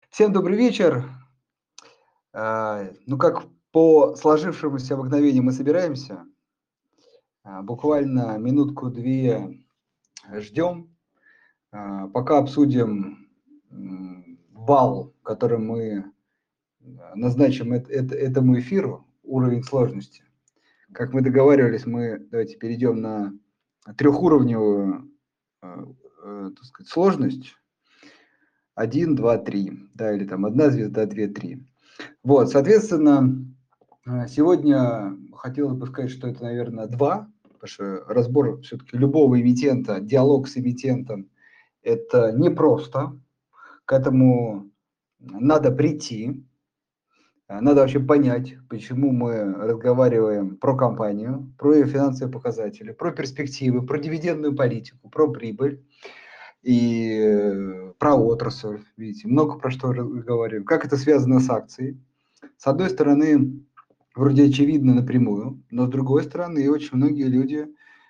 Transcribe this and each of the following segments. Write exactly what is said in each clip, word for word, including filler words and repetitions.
Всем добрый вечер. А, ну, как по сложившемуся обыкновению мы собираемся, а, буквально минутку-две ждем, а, пока обсудим м, балл, который мы а, назначим эт- эт- этому эфиру, уровень сложности. Как мы договаривались, мы давайте перейдем на трехуровневую а, э, так сказать, сложность. Один, два, три, да, или там одна звезда, две, три. Вот, соответственно, э, сегодня хотелось бы сказать, что это, наверное, два, потому что разбор все-таки любого эмитента, диалог с эмитентом– это непросто, к этому надо прийти, э, надо вообще понять, почему мы разговариваем про компанию, про ее финансовые показатели, про перспективы, про дивидендную политику, про прибыль и э, про отрасль, видите, много про что разговариваем, как это связано с акцией. С одной стороны, вроде очевидно напрямую, но с другой стороны, очень многие люди,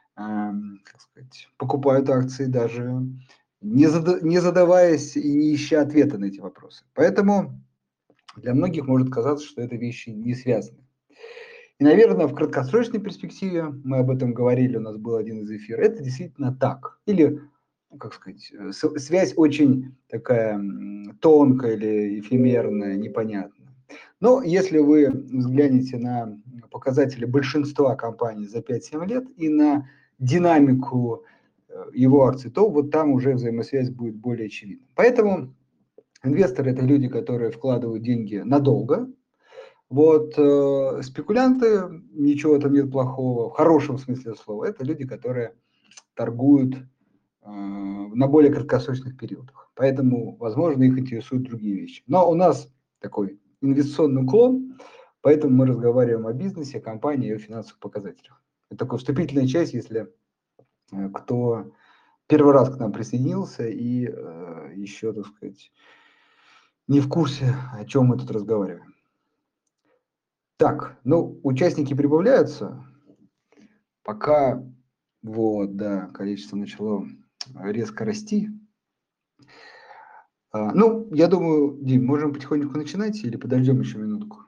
эм, как сказать, покупают акции даже не, зада- не задаваясь и не ища ответа на эти вопросы. Поэтому для многих может казаться, что это вещи не связаны. И, наверное, в краткосрочной перспективе, мы об этом говорили, у нас был один из эфиров, это действительно так. Или, ну, как сказать, э, с- связь очень такая м, тонкая или эфемерная, непонятная. Но если вы взглянете на показатели большинства компаний за пять-семь лет и на динамику э, его акций, то вот там уже взаимосвязь будет более очевидна. Поэтому инвесторы– это люди, которые вкладывают деньги надолго. Вот э, спекулянты, ничего там нет плохого, в хорошем смысле слова, это люди, которые торгуют э, на более краткосрочных периодах. Поэтому, возможно, их интересуют другие вещи. Но у нас такой инвестиционный уклон, поэтому мы разговариваем о бизнесе, о компании и о финансовых показателях. Это такая вступительная часть, если э, кто первый раз к нам присоединился и э, еще, так сказать, не в курсе, о чем мы тут разговариваем. Так, ну, участники прибавляются. Пока, вот, да, количество начало резко расти. А, ну, я думаю, Дим, можем потихоньку начинать или подождем еще минутку?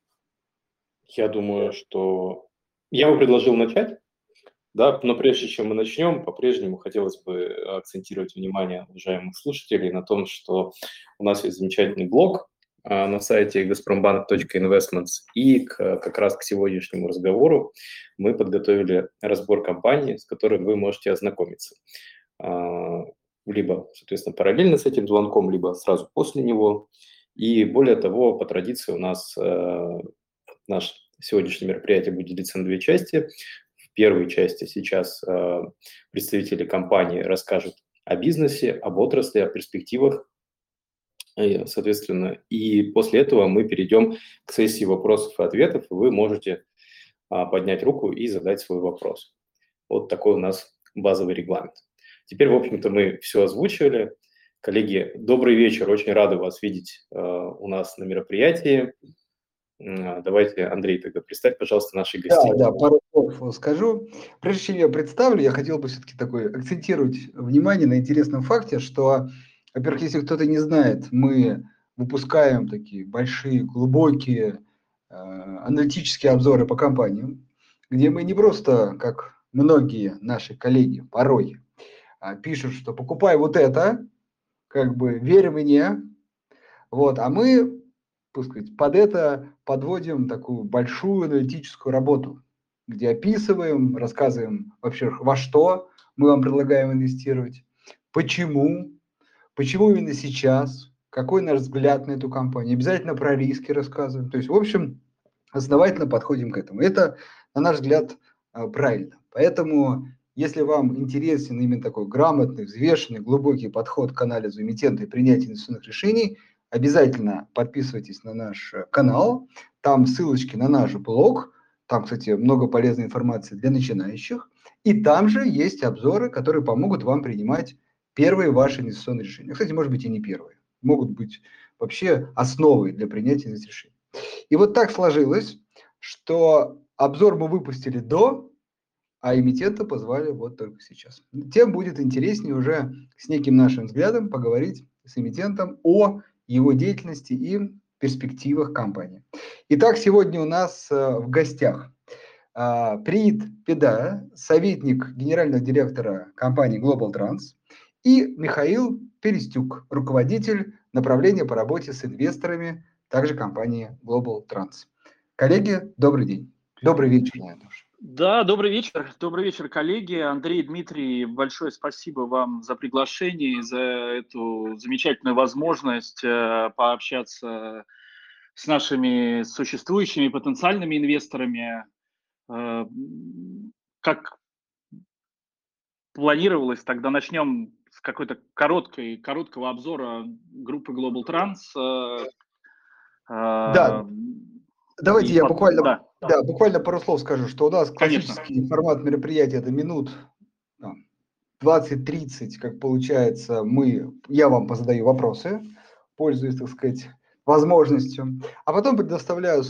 Я думаю, что я бы предложил начать, да, но прежде чем мы начнем, по-прежнему хотелось бы акцентировать внимание уважаемых слушателей на том, что у нас есть замечательный блог а, на сайте газпромбанк точка инвестментс, и к, как раз к сегодняшнему разговору мы подготовили разбор компании, с которой вы можете ознакомиться. А, либо, соответственно, параллельно с этим звонком, либо сразу после него. И более того, по традиции у нас э, наш сегодняшнее мероприятие будет делиться на две части. В первой части сейчас э, представители компании расскажут о бизнесе, об отрасли, о перспективах, э, соответственно. И после этого мы перейдем к сессии вопросов и ответов. Вы можете э, поднять руку и задать свой вопрос. Вот такой у нас базовый регламент. Теперь, в общем-то, мы все озвучивали. Коллеги, добрый вечер. Очень рады вас видеть э, у нас на мероприятии. Давайте, Андрей, тогда представь, пожалуйста, наших Да, гостей. да, пару слов скажу. Прежде чем я представлю, я хотел бы все-таки такой акцентировать внимание на интересном факте, что, во-первых, если кто-то не знает, мы выпускаем такие большие, глубокие э, аналитические обзоры по компаниям, где мы не просто, как многие наши коллеги порой а, пишут, что покупай вот это, как бы верь мне, вот, а мы, так сказать, под это подводим такую большую аналитическую работу, где описываем, рассказываем вообще, во что мы вам предлагаем инвестировать, почему, почему именно сейчас, какой наш взгляд на эту компанию, обязательно про риски рассказываем. То есть, в общем, основательно подходим к этому. Это, на наш взгляд, а, правильно. Поэтому, если вам интересен именно такой грамотный, взвешенный, глубокий подход к анализу эмитента и принятию инвестиционных решений, обязательно подписывайтесь на наш э, канал. Там ссылочки на наш блог. Там, кстати, много полезной информации для начинающих. И там же есть обзоры, которые помогут вам принимать первые ваши инвестиционные решения. Кстати, может быть, и не первые. Могут быть вообще основой для принятия инвестиционных решений. И вот так сложилось, что обзор мы выпустили до, а эмитента позвали вот только сейчас. Тем будет интереснее уже с неким нашим взглядом поговорить с эмитентом о его деятельности и перспективах компании. Итак, сегодня у нас в гостях Приит Педа, советник генерального директора компании Global Trans, и Михаил Перестюк, руководитель направления по работе с инвесторами, также компании Global Trans. Коллеги, добрый день. Добрый вечер, наверное. Да, добрый вечер. Добрый вечер, коллеги. Андрей, Дмитрий, большое спасибо вам за приглашение, за эту замечательную возможность пообщаться с нашими существующими потенциальными инвесторами. Как планировалось, тогда начнем с какой-то короткой, короткого обзора группы Global Trans. Да, давайте И я под... буквально, да. Да, буквально пару слов скажу, что у нас Конечно. классический формат мероприятия – это минут двадцать-тридцать, как получается, мы, я вам позадаю вопросы, пользуясь, так сказать, возможностью, а потом предоставляю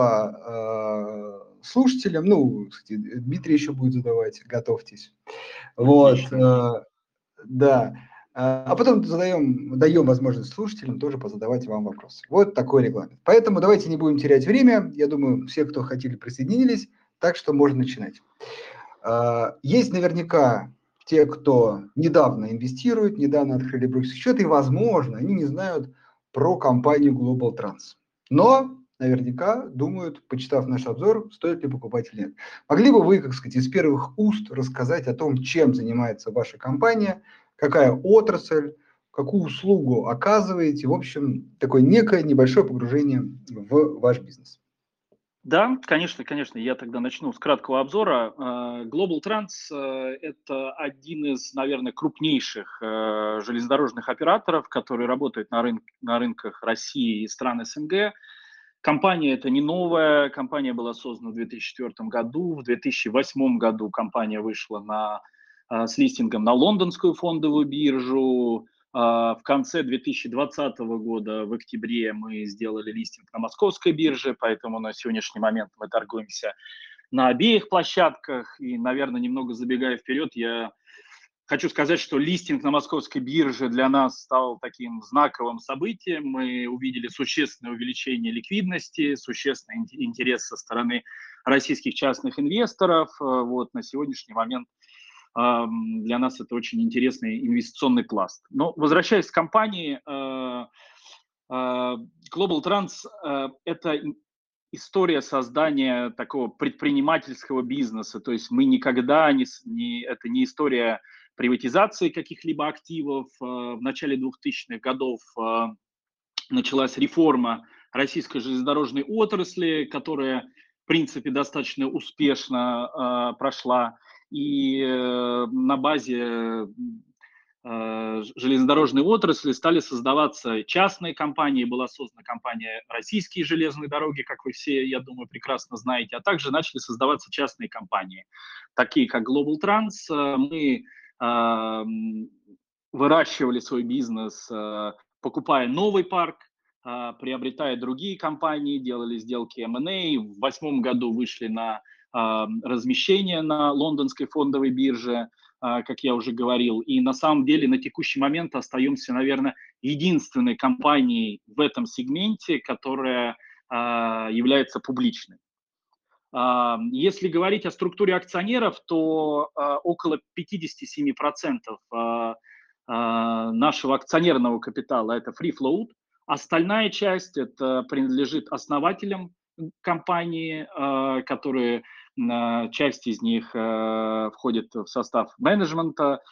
слово э, слушателям, ну, кстати, Дмитрий еще будет задавать, готовьтесь. Вот, э, да. А потом задаем, даем возможность слушателям тоже позадавать вам вопросы. Вот такой регламент. Поэтому давайте не будем терять время. Я думаю, все, кто хотели, присоединились, так что можно начинать. Есть наверняка те, кто недавно инвестирует, недавно открыли брокерский счет, и, возможно, они не знают про компанию Global Trans. Но наверняка думают, почитав наш обзор, стоит ли покупать или нет. Могли бы вы, как сказать, из первых уст рассказать о том, чем занимается ваша компания, какая отрасль, какую услугу оказываете, в общем, такое некое небольшое погружение в ваш бизнес. Да, конечно, конечно, я тогда начну с краткого обзора. Global Trans – это один из, наверное, крупнейших железнодорожных операторов, который работает на, рынок, на рынках России и стран СНГ. Компания это не новая, компания была создана в две тысячи четвёртом году, в две тысячи восьмом году компания вышла на, с листингом на лондонскую фондовую биржу. В конце две тысячи двадцатого года, в октябре, мы сделали листинг на московской бирже, поэтому на сегодняшний момент мы торгуемся на обеих площадках. И, наверное, немного забегая вперед, я хочу сказать, что листинг на московской бирже для нас стал таким знаковым событием. Мы увидели существенное увеличение ликвидности, существенный интерес со стороны российских частных инвесторов. Вот, на сегодняшний момент для нас это очень интересный инвестиционный пласт. Но возвращаясь к компании, Global Trans – это история создания такого предпринимательского бизнеса. То есть мы никогда не, не это не история приватизации каких-либо активов. В начале двухтысячных годов началась реформа российской железнодорожной отрасли, которая, в принципе, достаточно успешно прошла. И на базе железнодорожной отрасли стали создаваться частные компании, была создана компания «Российские железные дороги», как вы все, я думаю, прекрасно знаете, а также начали создаваться частные компании, такие как Global Trans. Мы выращивали свой бизнес, покупая новый парк, приобретая другие компании, делали сделки эм энд эй. В восьмом году вышли на размещение на лондонской фондовой бирже, как я уже говорил. И на самом деле на текущий момент остаемся, наверное, единственной компанией в этом сегменте, которая является публичной. Если говорить о структуре акционеров, то около пятьдесят семь процентов нашего акционерного капитала – это free float. Остальная часть это принадлежит основателям компании, которые, часть из них входит в состав менеджмента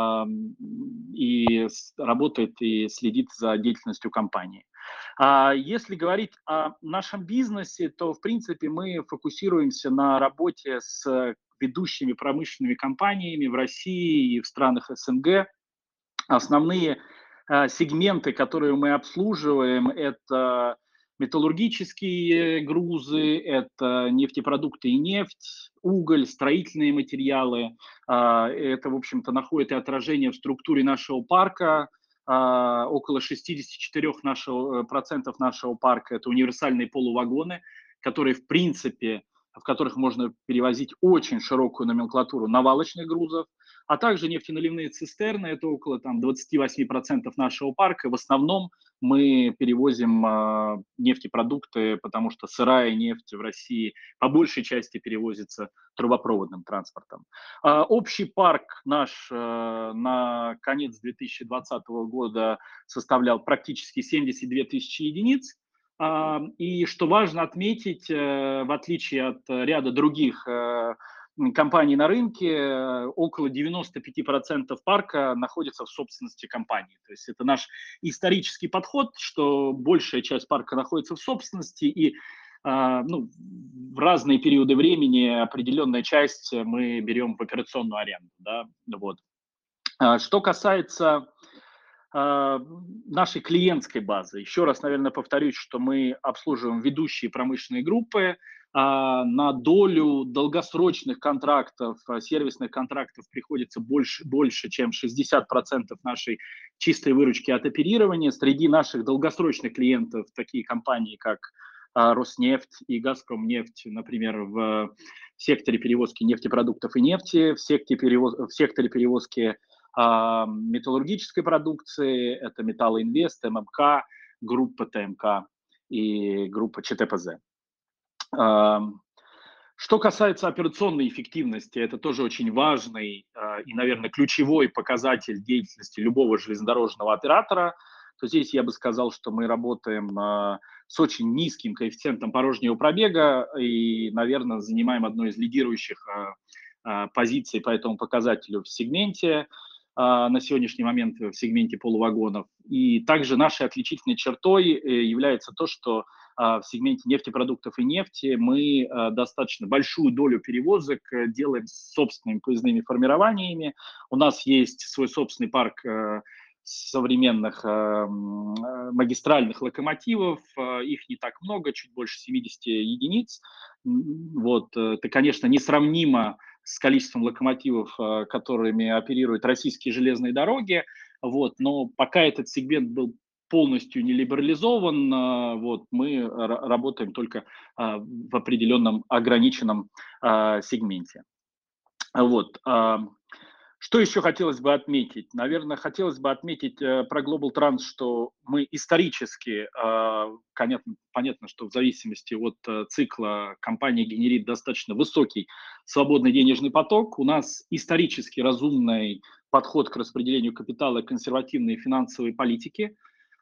и работает и следит за деятельностью компании. Если говорить о нашем бизнесе, то, в принципе, мы фокусируемся на работе с ведущими промышленными компаниями в России и в странах СНГ. Основные э, сегменты, которые мы обслуживаем, это металлургические грузы, это нефтепродукты и нефть, уголь, строительные материалы. Э, это, в общем-то, находит и отражение в структуре нашего парка. Э, около шестьдесят четыре процентов нашего парка – это универсальные полувагоны, которые, в принципе, в которых можно перевозить очень широкую номенклатуру навалочных грузов. а также нефтеналивные цистерны, это около там, двадцать восемь процентов нашего парка. В основном мы перевозим э, нефтепродукты, потому что сырая нефть в России по большей части перевозится трубопроводным транспортом. А, общий парк наш э, на конец две тысячи двадцатого года составлял практически семьдесят две тысячи единиц. А, и что важно отметить, э, в отличие от ряда других э, компаний на рынке, э, около девяносто пять процентов парка находится в собственности компании. То есть это наш исторический подход, что большая часть парка находится в собственности, и а, ну, в разные периоды времени определенная часть мы берем в операционную аренду. Да? Вот. А, Что касается а, нашей клиентской базы, еще раз, наверное, повторюсь, что мы обслуживаем ведущие промышленные группы. А, На долю долгосрочных контрактов, а, сервисных контрактов приходится больше, больше чем шестьдесят процентов нашей чистой выручки от оперирования. Среди наших долгосрочных клиентов такие компании, как а, Роснефть и Газпромнефть, например, в секторе перевозки нефтепродуктов и нефти, в секторе, перевоз... в секторе перевозки а, металлургической продукции, это Металлоинвест, ММК, группа ТМК и группа ЧТПЗ. А, Что касается операционной эффективности, это тоже очень важный а, и, наверное, ключевой показатель деятельности любого железнодорожного оператора. То здесь я бы сказал, что мы работаем а, с очень низким коэффициентом порожнего пробега и, наверное, занимаем одну из лидирующих а, а, позиций по этому показателю в сегменте а, на сегодняшний момент в сегменте полувагонов. И также нашей отличительной чертой э, является то, что а, в сегменте нефтепродуктов и нефти мы а, достаточно большую долю перевозок э, делаем с собственными поездными формированиями. У нас есть свой собственный парк э, современных э, м, э, магистральных локомотивов. Э, Их не так много, чуть больше семьдесят единиц. М, Вот. э, Это, конечно, несравнимо с количеством локомотивов, э, которыми оперируют российские железные дороги. Вот. Но пока этот сегмент был полностью не либерализован, а, вот, мы ра- работаем только а, в определенном ограниченном а, сегменте. Вот. а, Что еще хотелось бы отметить? Наверное, хотелось бы отметить э, про Global Trans, что мы исторически, э, понятно, понятно, что в зависимости от э, цикла компания генерит достаточно высокий свободный денежный поток. У нас исторически разумный подход к распределению капитала и консервативной финансовой политики.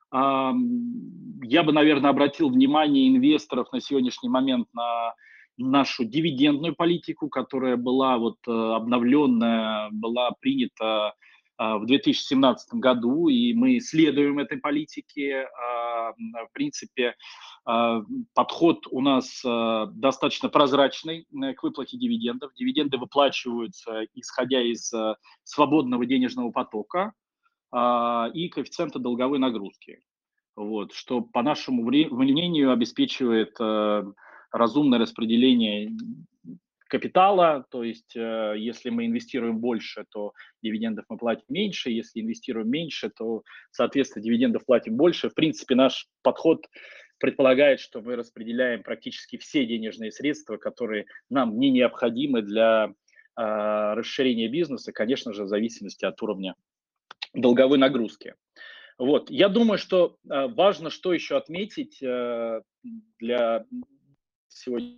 Ам, Я бы, наверное, обратил внимание инвесторов на сегодняшний момент на нашу дивидендную политику, которая была вот э, обновленная, была принята а, в две тысячи семнадцатом году, и мы следуем этой политике. А, м, В принципе, а, подход у нас а, достаточно прозрачный э, к выплате дивидендов. Дивиденды выплачиваются, исходя из а, свободного денежного потока а, и коэффициента долговой нагрузки. Вот, что, по нашему вре- мнению, обеспечивает э, разумное распределение капитала, то есть э, если мы инвестируем больше, то дивидендов мы платим меньше, если инвестируем меньше, то, соответственно, дивидендов платим больше. В принципе, наш подход предполагает, что мы распределяем практически все денежные средства, которые нам не необходимы для э, расширения бизнеса, конечно же, в зависимости от уровня долговой нагрузки. Вот. Я думаю, что э, важно, что еще отметить э, для сегодня.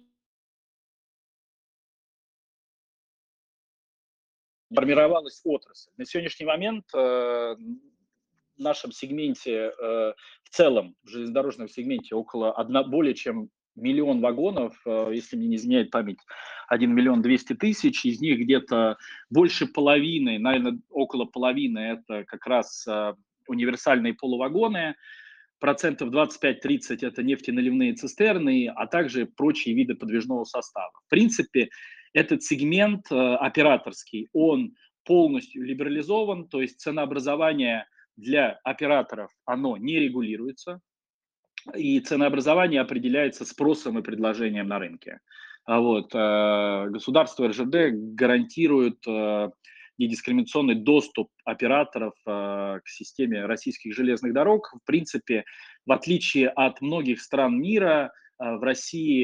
Формировалась отрасль. На сегодняшний момент э, в нашем сегменте, э, в целом, в железнодорожном сегменте около одна, более чем миллион вагонов, э, если мне не изменяет память, один миллион двести тысяч, из них где-то больше половины, наверное, около половины, это как раз э, универсальные полувагоны, процентов двадцать пять тридцать это нефтеналивные цистерны, а также прочие виды подвижного состава. В принципе, этот сегмент э, операторский, он полностью либерализован, то есть ценообразование для операторов, оно не регулируется, и ценообразование определяется спросом и предложением на рынке. А вот, э, государство эр жэ дэ гарантирует э, недискриминационный доступ операторов э, к системе российских железных дорог. В принципе, в отличие от многих стран мира, э, в России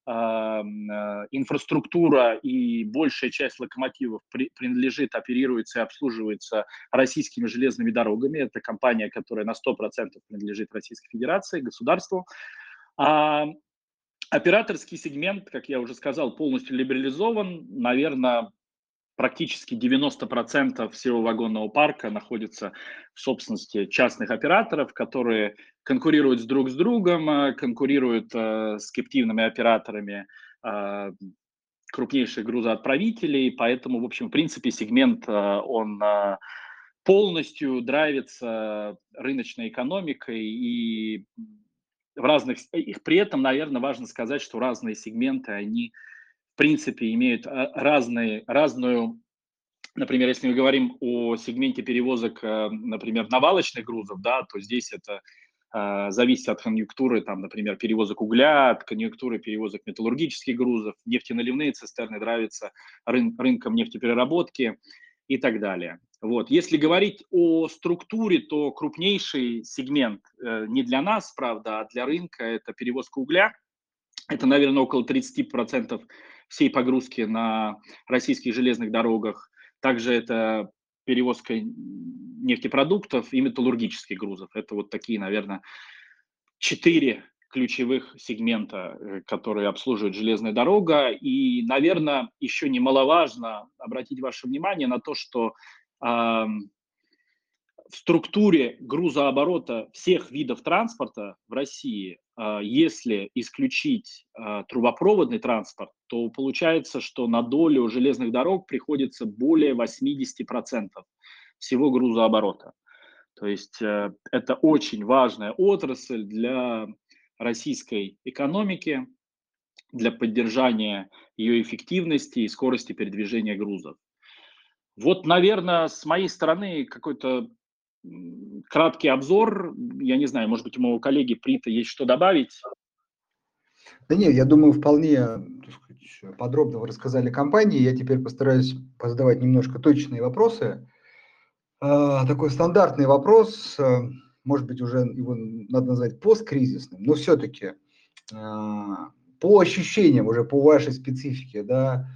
инфраструктура и большая часть локомотивов при, принадлежит, оперируется и обслуживается российскими железными дорогами. Это компания, которая на сто процентов принадлежит Российской Федерации, государству. А операторский сегмент, как я уже сказал, полностью либерализован. Наверное, практически девяносто процентов всего вагонного парка находится в собственности частных операторов, которые конкурируют с друг с другом, конкурируют э, с кэптивными операторами э, крупнейших грузоотправителей. Поэтому, в общем, в принципе, сегмент, э, он э, полностью драйвится рыночной экономикой и в разных... И при этом, наверное, важно сказать, что разные сегменты, они в принципе имеют разные, разную... Например, если мы говорим о сегменте перевозок, например, навалочных грузов, да, то здесь это э, зависит от конъюнктуры, там, например, перевозок угля, от конъюнктуры перевозок металлургических грузов, нефтеналивные цистерны нравятся рын, рынкам нефтепереработки и так далее. Вот. Если говорить о структуре, то крупнейший сегмент э, не для нас, правда, а для рынка – это перевозка угля. Это, наверное, около тридцать процентов всей погрузки на российских железных дорогах. Также это перевозка нефтепродуктов и металлургических грузов. Это вот такие, наверное, четыре ключевых сегмента, которые обслуживает железная дорога. И, наверное, еще немаловажно обратить ваше внимание на то, что э, в структуре грузооборота всех видов транспорта в России, если исключить трубопроводный транспорт, то получается, что на долю железных дорог приходится более восемьдесят процентов всего грузооборота. То есть это очень важная отрасль для российской экономики, для поддержания ее эффективности и скорости передвижения грузов. Вот, наверное, с моей стороны какой-то краткий обзор. Я не знаю, может быть, у моего коллеги Прита есть что добавить? Да нет, я думаю, вполне, так сказать, подробно вы рассказали о компании. Я теперь постараюсь позадавать немножко точные вопросы. Такой стандартный вопрос, может быть, уже его надо назвать посткризисным, но все-таки по ощущениям, уже по вашей специфике, да,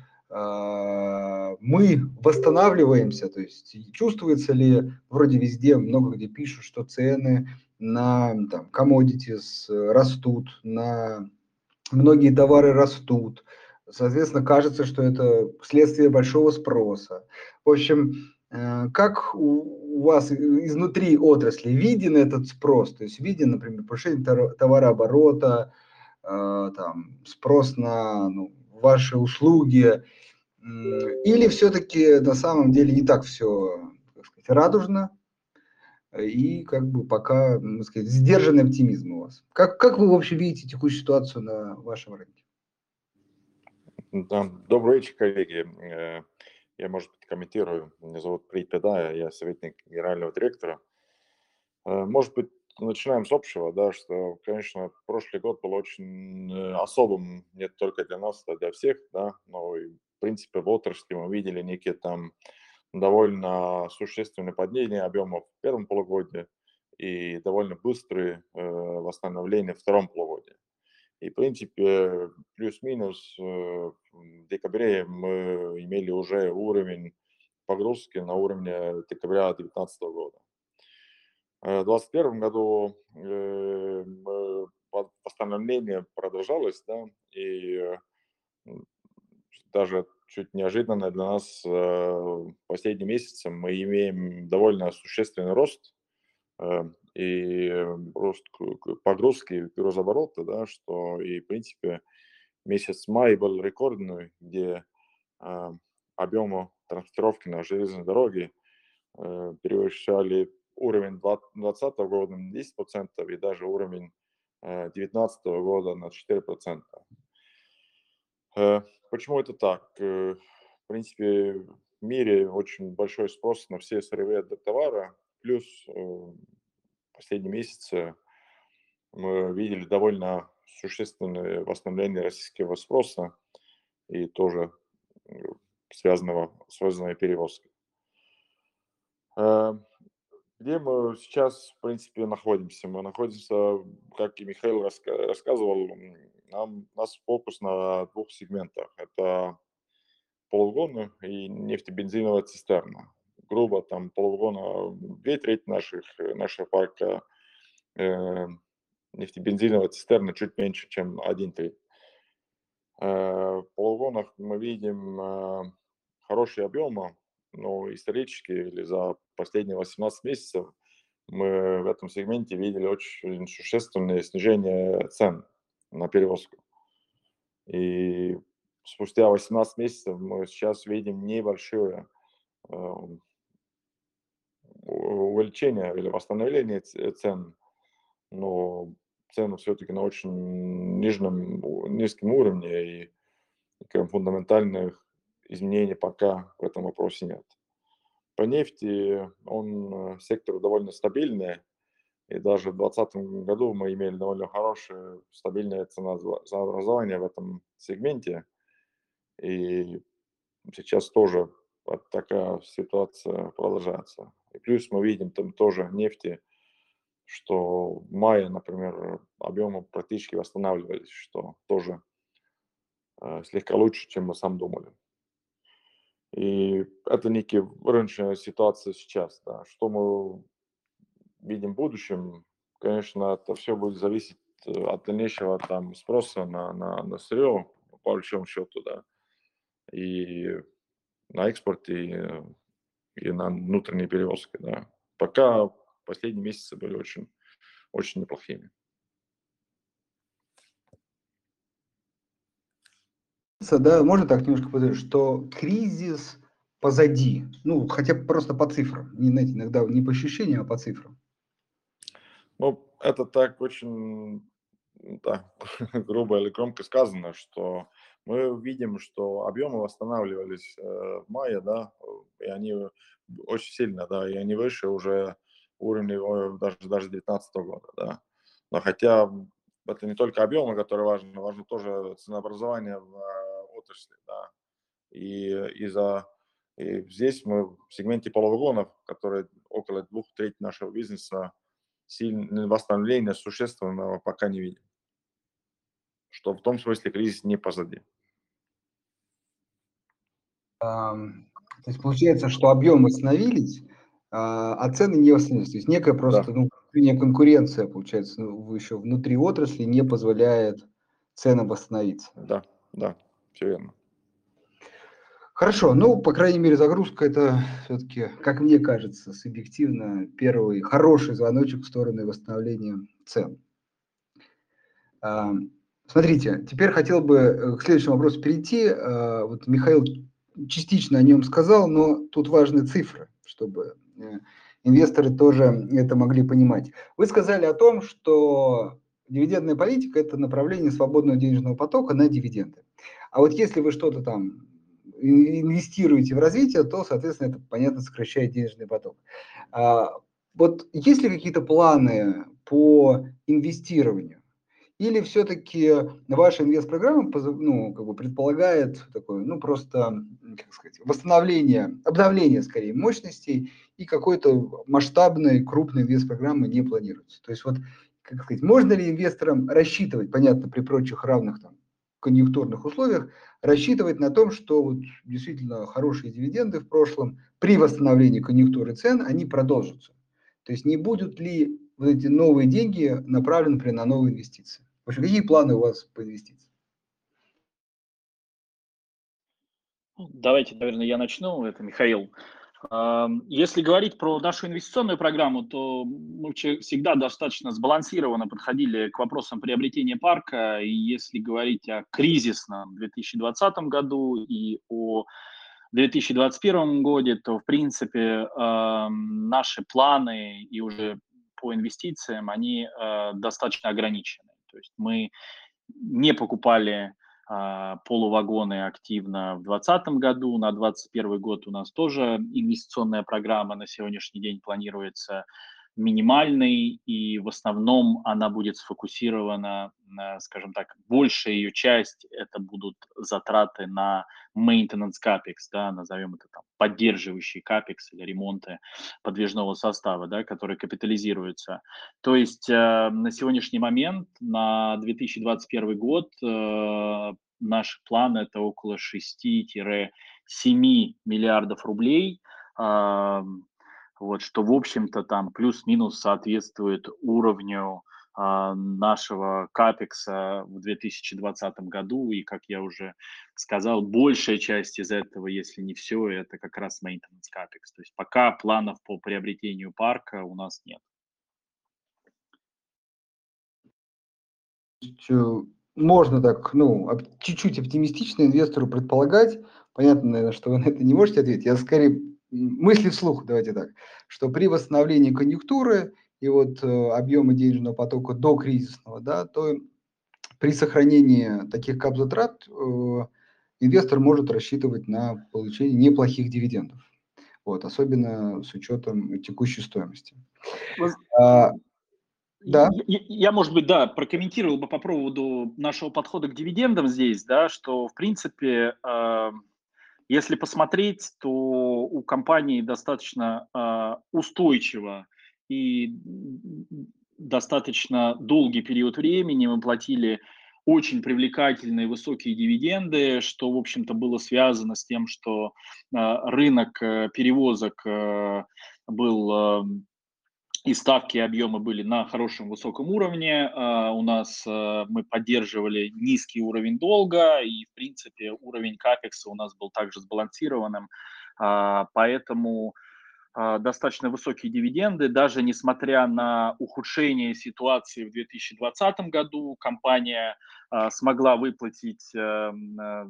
мы восстанавливаемся, то есть чувствуется ли, вроде везде, много где пишут, что цены на там, commodities растут, на многие товары растут, соответственно, кажется, что это следствие большого спроса. В общем, как у вас изнутри отрасли виден этот спрос, то есть виден, например, повышение товарооборота, там, спрос на ну, ваши услуги, или все-таки на самом деле не так все, так сказать, радужно, и как бы пока, так сказать, сдержанный оптимизм у вас. Как, как вы вообще видите текущую ситуацию на вашем рынке? Да, добрый вечер, коллеги. Я, может быть, комментирую. Меня зовут Прит Педай, я советник генерального директора. Может быть, начинаем с общего, да, что, конечно, прошлый год был очень особым не только для нас, а для всех, да, но и, в принципе, в отрасли мы видели некие там довольно существенные падения объемов в первом полугодии и довольно быстрые э, восстановления в втором полугодии. И, в принципе, плюс-минус в декабре мы имели уже уровень погрузки на уровне декабря две тысячи девятнадцатого года. В две тысячи двадцать первом году восстановление продолжалось, да, и даже чуть неожиданно для нас последним месяцем мы имеем довольно существенный рост и рост погрузки грузооборота, да, что и, в принципе, месяц май был рекордный, где э, объемы транспортировки на железной дороге э, превышали уровень две тысячи двадцатого года на десять процентов и даже уровень две тысячи девятнадцатого года на четыре процента. Э, почему это так? Э, в принципе, в мире очень большой спрос на все сырьевые товары, плюс э, последние месяцы мы видели довольно существенное восстановление российского спроса и тоже связанного с воздушной перевозкой. Где мы сейчас, в принципе, находимся? Мы находимся, как и Михаил рассказывал, нам, у нас фокус на двух сегментах. Это полугоны и нефтебензиновая цистерна. Грубо там полугона две трети наших, нашего парка, э, нефтебензиновая цистерна чуть меньше, чем один треть. Э, в полугонах мы видим э, хорошие объемы, но исторически или за последние восемнадцать месяцев мы в этом сегменте видели очень существенное снижение цен на перевозку. И спустя восемнадцать месяцев мы сейчас видим небольшое э, увеличение или восстановление ц- цен, но цены все-таки на очень нижнем, у- низком уровне, и как бы фундаментальных изменений пока в этом вопросе нет. По нефти он э, сектор довольно стабильный, и даже в две тысячи двадцатом году мы имели довольно хорошее, стабильное ценообразование в этом сегменте, и сейчас тоже вот такая ситуация продолжается. И плюс мы видим там тоже нефти, что в мае, например, объемы практически восстанавливались, что тоже э, слегка лучше, чем мы сам думали. И это некая рыночная ситуация сейчас. Да. Что мы видим в будущем, конечно, это все будет зависеть э, от дальнейшего там спроса на, на, на сырье, по большому счету, да, и на экспорт, и, э, и на внутренние перевозки, да. Пока последние месяцы были очень, очень неплохими. Да, можно так немножко подумать, что кризис позади, ну, хотя бы просто по цифрам, не, знаете, иногда не по ощущениям, а по цифрам. Ну, это так очень, да, грубо или громко сказано, что мы видим, что объемы восстанавливались э, в мае, да, и они очень сильно, да, и они выше уже уровня э, даже, даже две тысячи девятнадцатого года, да. Но хотя это не только объемы, которые важны, важно тоже ценообразование в э, отрасли, да. И из-за и здесь мы в сегменте полувагонов, которые около двух треть нашего бизнеса, сильного восстановления существенного пока не видим. Что в том смысле кризис не позади. Ам, То есть получается, что объемы восстановились, а а цены не восстановились. То есть некая Да, просто, ну, внутренняя конкуренция, получается, ну, еще внутри отрасли не позволяет ценам восстановиться. да, да, все верно. Хорошо, ну, по крайней мере, загрузка это все-таки, как мне кажется, субъективно первый хороший звоночек в сторону восстановления цен. А, Смотрите, теперь хотел бы э, к следующему вопросу перейти. А, Вот Михаил частично о нем сказал, но тут важны цифры, чтобы э, инвесторы тоже это могли понимать. Вы сказали о том, что дивидендная политика – это направление свободного денежного потока на дивиденды. А вот если вы что-то там ин- инвестируете в развитие, то, соответственно, это, понятно, сокращает денежный поток. А, Вот есть ли какие-то планы по инвестированию? Или все-таки ваша инвестпрограмма поза- ну, как бы предполагает такое, ну, просто, м, как сказать, восстановление, обновление, скорее, мощностей, и какой-то масштабной, крупной инвестпрограммы не планируется? То есть вот, как сказать, можно ли инвесторам рассчитывать, понятно, при прочих равных там конъюнктурных условиях, рассчитывать на том, что вот действительно хорошие дивиденды в прошлом при восстановлении конъюнктуры цен, они продолжатся? То есть не будут ли вот эти новые деньги направлены, например, на новые инвестиции? В общем, какие планы у вас по инвестициям? Давайте, наверное, я начну. Это Михаил. Ам, Если говорить про нашу инвестиционную программу, то мы че- всегда достаточно сбалансированно подходили к вопросам приобретения парка. И если говорить о кризисном две тысячи двадцатом году и о две тысячи двадцать первом году, то, в принципе, ам, наши планы и уже по инвестициям, они э, достаточно ограничены. То есть мы не покупали а, полувагоны активно в двадцатом году. На двадцать первый год у нас тоже инвестиционная программа на сегодняшний день планируется минимальной, и в основном она будет сфокусирована, на, скажем так, большая ее часть это будут затраты на maintenance capex, да, назовем это там поддерживающие капекс или ремонты подвижного состава, да, которые капитализируются. То есть э, на сегодняшний момент, на две тысячи двадцать первый год, э, наш план это около шести-семи миллиардов рублей, э, вот, что, в общем-то, там плюс-минус соответствует уровню а, нашего капекса в две тысячи двадцатом году. И, как я уже сказал, большая часть из этого, если не все, это как раз maintenance капекс. То есть пока планов по приобретению парка у нас нет. Можно так, ну, оп- чуть-чуть оптимистично инвестору предполагать. Понятно, наверное, что вы на это не можете ответить. Я скорее м, мысли вслух, давайте так, что при восстановлении конъюнктуры и вот э, объема денежного потока до кризисного, да, то при сохранении таких кап-затрат э, инвестор может рассчитывать на получение неплохих дивидендов. Вот, особенно с учетом текущей стоимости. Вы- А, да. Я, я- я, может быть, да, прокомментировал бы по поводу нашего подхода к дивидендам здесь, да, что, в принципе, э, если посмотреть, то у компании достаточно э, устойчиво и м, достаточно долгий период времени мы платили очень привлекательные высокие дивиденды, что, в общем-то, было связано с тем, что э, рынок э, перевозок э, был э, и ставки, и объемы были на хорошем высоком уровне. А, У нас а, мы поддерживали низкий уровень долга, и, в принципе, уровень капекса у нас был также сбалансированным. А, Поэтому а, достаточно высокие дивиденды. Даже несмотря на ухудшение ситуации в две тысячи двадцатом году, компания а, смогла выплатить эм, э,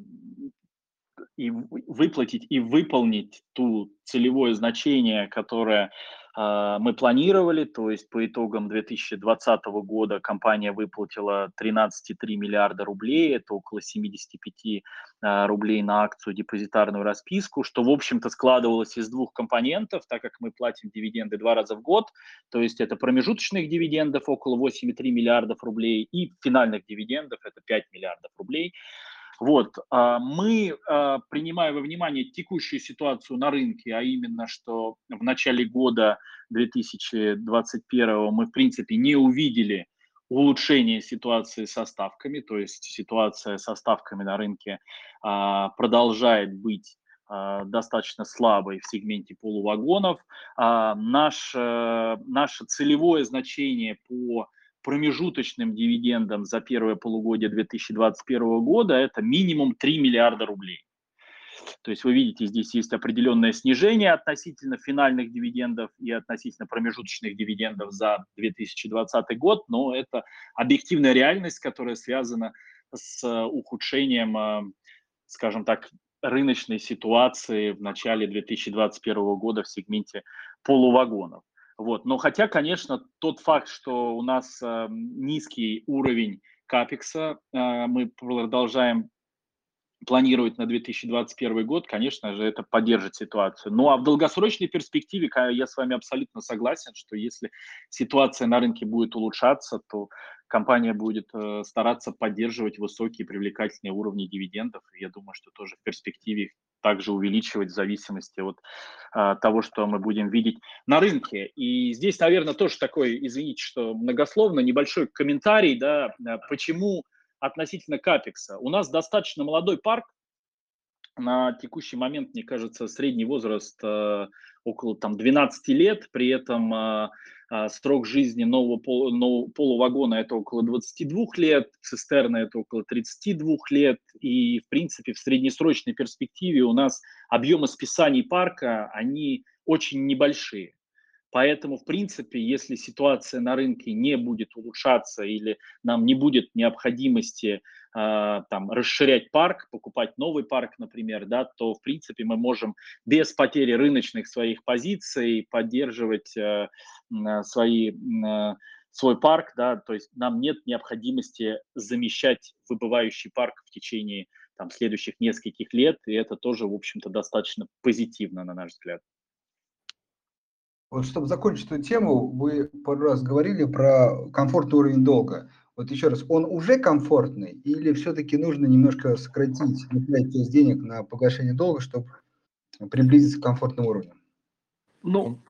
и вы- выплатить и выполнить ту целевое значение, которое а, мы планировали. То есть по итогам две тысячи двадцатого года компания выплатила тринадцать целых три миллиарда рублей, это около семьдесят пять а, рублей на акцию депозитарную расписку, что, в общем-то, складывалось из двух компонентов, так как мы платим дивиденды два раза в год, то есть это промежуточных дивидендов около восемь целых три миллиардов рублей и финальных дивидендов это пять миллиардов рублей. Вот, а, мы, а, принимая во внимание текущую ситуацию на рынке, а именно, что в начале года две тысячи двадцать первого мы, в принципе, не увидели улучшения ситуации со ставками, то есть ситуация со ставками на рынке а, продолжает быть а, достаточно слабой в сегменте полувагонов. А, наш, э, наше целевое значение по промежуточным дивидендам за первое полугодие две тысячи двадцать первого года это минимум три миллиарда рублей. То есть вы видите, здесь есть определенное снижение относительно финальных дивидендов и относительно промежуточных дивидендов за две тысячи двадцатый год, но это объективная реальность, которая связана с ухудшением, скажем так, рыночной ситуации в начале две тысячи двадцать первого года в сегменте полувагонов. Вот. Но хотя, конечно, тот факт, что у нас э, низкий уровень капекса, э, мы продолжаем планировать на две тысячи двадцать первый год, конечно же, это поддержит ситуацию. Ну а в долгосрочной перспективе я с вами абсолютно согласен, что если ситуация на рынке будет улучшаться, то компания будет э, стараться поддерживать высокие привлекательные уровни дивидендов. И я думаю, что тоже в перспективе их также увеличивать в зависимости от э, того, что мы будем видеть на рынке. И здесь, наверное, тоже такой, извините, что многословно, небольшой комментарий, да, почему относительно капекса. У нас достаточно молодой парк. На текущий момент, мне кажется, средний возраст э, около там, двенадцати лет. При этом э, э, срок жизни нового, пол, нового полувагона это около двадцати двух лет, цистерна это около тридцати двух лет. И, в принципе, в среднесрочной перспективе у нас объемы списаний парка, они очень небольшие. Поэтому, в принципе, если ситуация на рынке не будет улучшаться или нам не будет необходимости э, там, расширять парк, покупать новый парк, например, да, то, в принципе, мы можем без потери рыночных своих позиций поддерживать э, э, свои, э, свой парк, да, то есть нам нет необходимости замещать выбывающий парк в течение там, следующих нескольких лет, и это тоже, в общем-то, достаточно позитивно, на наш взгляд. Вот чтобы закончить эту тему, вы пару раз говорили про комфортный уровень долга. Вот еще раз, он уже комфортный или все-таки нужно немножко сократить, направить часть денег на погашение долга, чтобы приблизиться к комфортному уровню? Ну,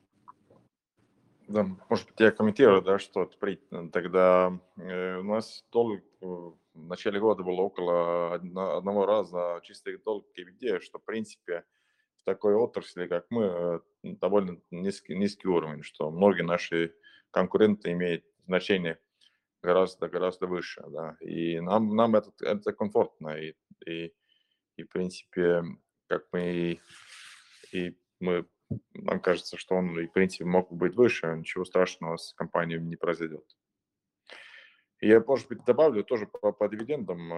да, может быть, я комментирую, да, что тогда э, у нас долг в начале года было около одно, одного раза чистый долг к EBITDA, что, в принципе, в такой отрасли, как мы, довольно низкий, низкий уровень, что многие наши конкуренты имеют значение гораздо-гораздо выше, да, и нам, нам это, это комфортно, и, и, и, в принципе, как мы и, и мы, нам кажется, что он, и, в принципе, мог быть выше, ничего страшного с компанией не произойдет. И я, может быть, добавлю тоже по, по дивидендам,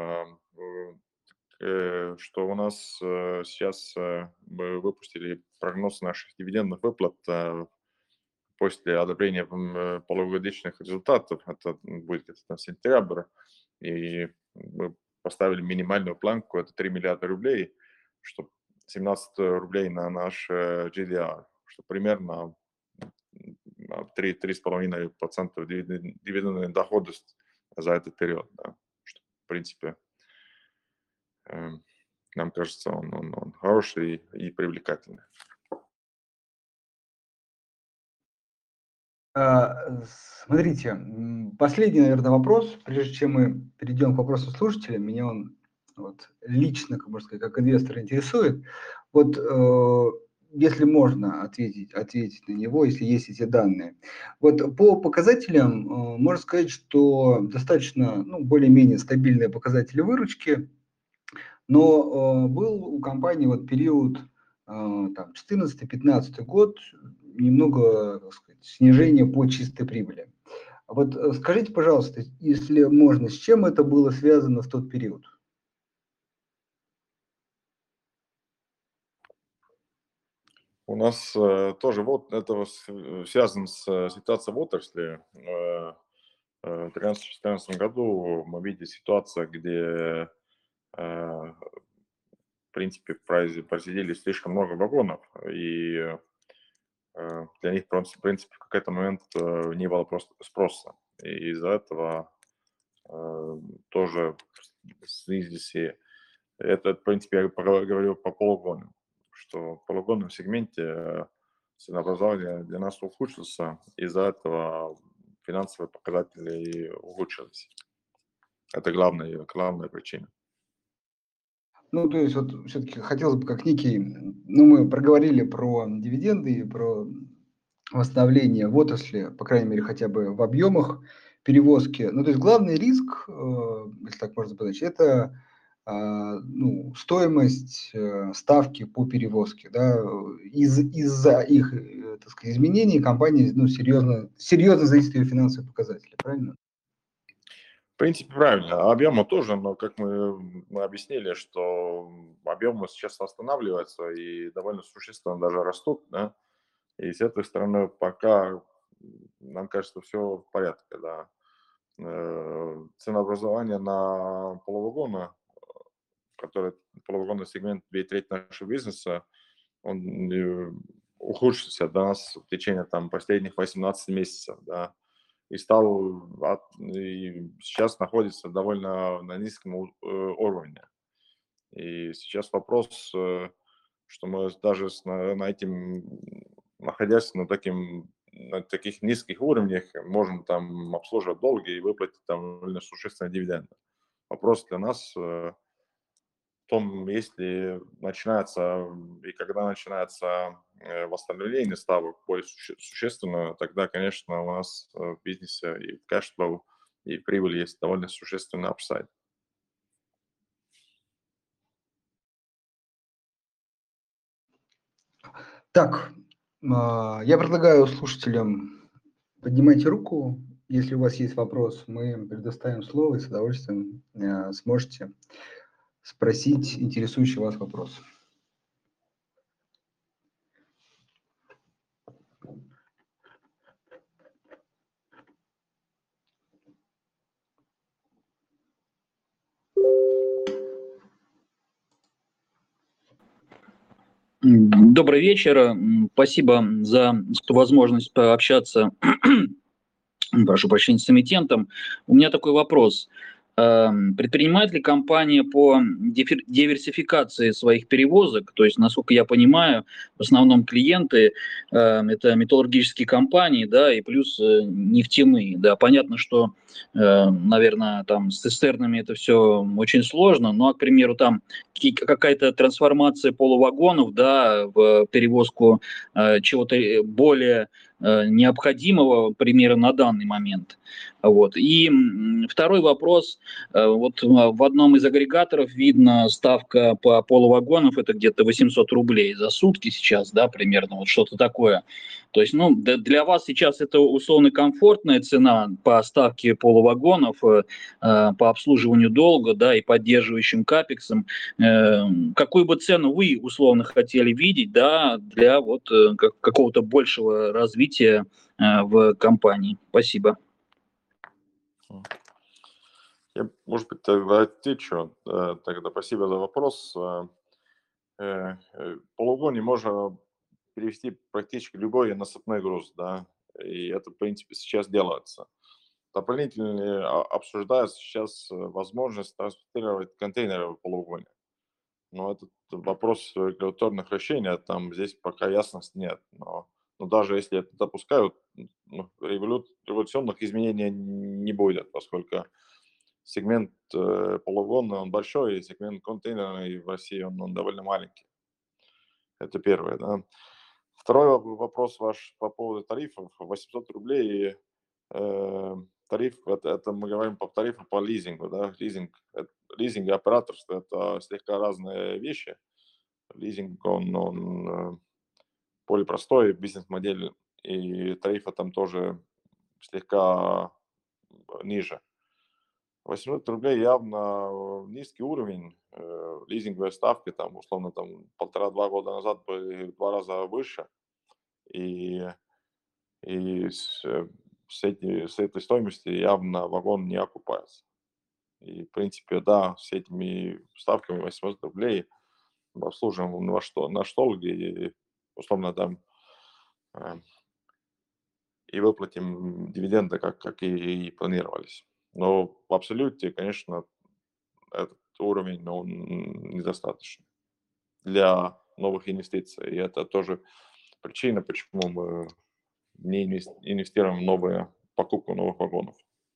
э, что у нас э, сейчас э, мы выпустили прогноз наших дивидендных выплат э, после одобрения э, полугодичных результатов, это будет где-то сентябрь, и мы поставили минимальную планку, это три миллиарда рублей, что семнадцать рублей на наш джи ди ар, что примерно три-три с половиной процента дивидендной доходности за этот период, да, что, в принципе, э, нам кажется, он, он, он хороший и, и привлекательный. Смотрите, последний, наверное, вопрос, прежде чем мы перейдем к вопросу слушателя, меня он вот, лично, как можно сказать, как инвестор интересует. Вот э, если можно ответить, ответить на него, если есть эти данные. Вот по показателям э, можно сказать, что достаточно, ну, более-менее стабильные показатели выручки, но э, был у компании вот период э, там четырнадцатый-пятнадцатый год, немного, так сказать, снижение по чистой прибыли. Вот э, скажите, пожалуйста, если можно, с чем это было связано в тот период? У нас э, тоже вот это связано с ситуацией в отрасли. Э, в две тысячи тринадцатом-четырнадцатом году мы видели ситуацию, где, э, в принципе, производили слишком много вагонов, и э, для них, в принципе, в какой-то момент э, не было просто спроса. И из-за этого э, тоже снизились. И это, в принципе, я говорю по полугону, что в полугонном сегменте ценообразование для нас ухудшился, из-за этого финансовые показатели ухудшились. Это главная, главная причина. Ну, то есть, вот все-таки хотелось бы, как некий, ну, мы проговорили про дивиденды и про восстановление в отрасли, по крайней мере, хотя бы в объемах перевозки. Ну, то есть, главный риск, э, если так можно сказать, это э, ну, стоимость э, ставки по перевозке. Да? Из, из-за их, э, так сказать, изменений компания, ну, серьезно, серьезно зависит от ее финансовых показателей, правильно? В принципе, правильно. Объемы тоже, но как мы, мы объяснили, что объемы сейчас останавливаются и довольно существенно даже растут, да. И с этой стороны пока, нам кажется, все в порядке, да. Ценообразование на полувагона, который полувагонный сегмент, две трети нашего бизнеса, он ухудшился до нас в течение там последних восемнадцати месяцев, да. И стал, и сейчас находится довольно на низком уровне. И сейчас вопрос, что мы даже на этим, находясь на, таким, на таких низких уровнях, можем там обслуживать долги и выплатить там довольно существенные дивиденды. Вопрос для нас в том, если начинается и когда начинается восстановление ставок более существенно, тогда, конечно, у нас в бизнесе и в кэшфлоу, и в прибыли есть довольно существенный апсайд. Так, я предлагаю слушателям поднимайте руку. Если у вас есть вопрос, мы предоставим слово и с удовольствием сможете спросить интересующий вас вопрос. Добрый вечер. Спасибо за возможность пообщаться, прошу прощения, с эмитентом. У меня такой вопрос. Предпринимает ли компания по диверсификации своих перевозок? То есть, насколько я понимаю, в основном клиенты э, это металлургические компании, да, и плюс э, нефтяные. Да, понятно, что, э, наверное, там с цистернами это все очень сложно, но, к примеру, там какая-то трансформация полувагонов, да, в перевозку э, чего-то более э, необходимого, примера на данный момент. Вот. И второй вопрос. Вот в одном из агрегаторов видно ставка по полувагонов, это где-то восемьсот рублей за сутки сейчас, да, примерно, вот что-то такое. То есть, ну, для вас сейчас это условно комфортная цена по ставке полувагонов, по обслуживанию долга, да, и поддерживающим капексам. Какую бы цену вы условно хотели видеть, да, для вот какого-то большего развития в компании? Спасибо. Я, может быть, тогда отвечу. Тогда спасибо за вопрос. Полугони можно перевести практически любой насыпной груз, да, и это, в принципе, сейчас делается. Дополнительно обсуждается сейчас возможность транспортировать контейнеры в полугоне. Но этот вопрос регуляторных решений, там здесь пока ясности нет. Но, но даже если это допускают, ну, революционных изменений не будет, поскольку сегмент э, полугонный, он большой, и сегмент контейнерный в России, он, он довольно маленький. Это первое, да. Второй вопрос ваш по поводу тарифов. восемьсот рублей э, тариф, это, это мы говорим по тарифу по лизингу, да. Лизинг, это, лизинг и операторство – это слегка разные вещи. Лизинг, он, он э, более простой бизнес-модель, и тарифы там тоже слегка ниже. восемьсот рублей явно низкий уровень. Э, лизинговые ставки там, условно, там полтора-два года назад были в два раза выше. И, и с, э, с, эти, с этой стоимостью явно вагон не окупается. И, в принципе, да, с этими ставками восемьсот рублей обслуживаем на что, на штолге, и, условно, там э, и выплатим дивиденды, как, как и, и планировались. Но в абсолюте, конечно, этот уровень, но он недостаточный для новых инвестиций. И это тоже причина, почему мы не инвестируем в новые, покупку новых вагонов.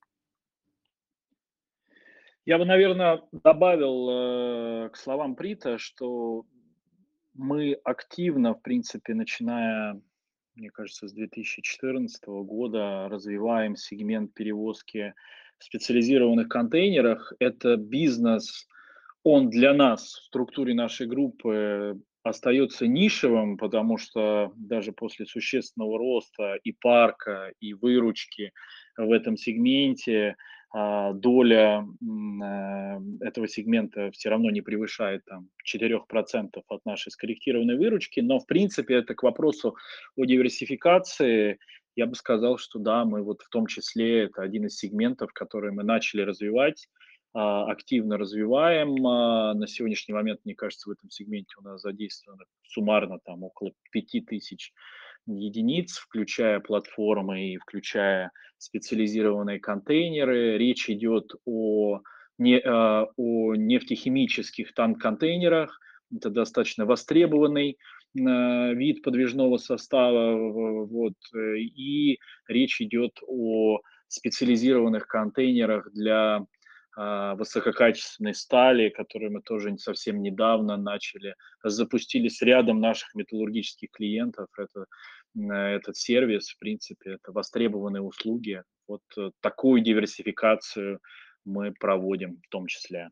Я бы, наверное, добавил э, к словам Прита, что мы активно, в принципе, начиная, мне кажется, с две тысячи четырнадцатого года развиваем сегмент перевозки в специализированных контейнерах. Это бизнес, он для нас в структуре нашей группы остается нишевым, потому что даже после существенного роста и парка, и выручки в этом сегменте а, доля м, э, этого сегмента все равно не превышает там четыре процента от нашей скорректированной выручки, но в принципе это к вопросу о диверсификации. Я бы сказал, что да, мы вот в том числе, это один из сегментов, который мы начали развивать, а, активно развиваем. А, На сегодняшний момент, мне кажется, в этом сегменте у нас задействовано суммарно там около пяти тысяч единиц, включая платформы и включая специализированные контейнеры. Речь идет о, не, а, о нефтехимических танк-контейнерах. Это достаточно востребованный а, вид подвижного состава. в- Вот, э, и речь идет о специализированных контейнерах для а, высококачественной стали, которые мы тоже не совсем недавно начали, запустили с рядом наших металлургических клиентов. Это, м, э, этот сервис, в принципе, это востребованные услуги. Вот э, такую диверсификацию мы проводим в том числе.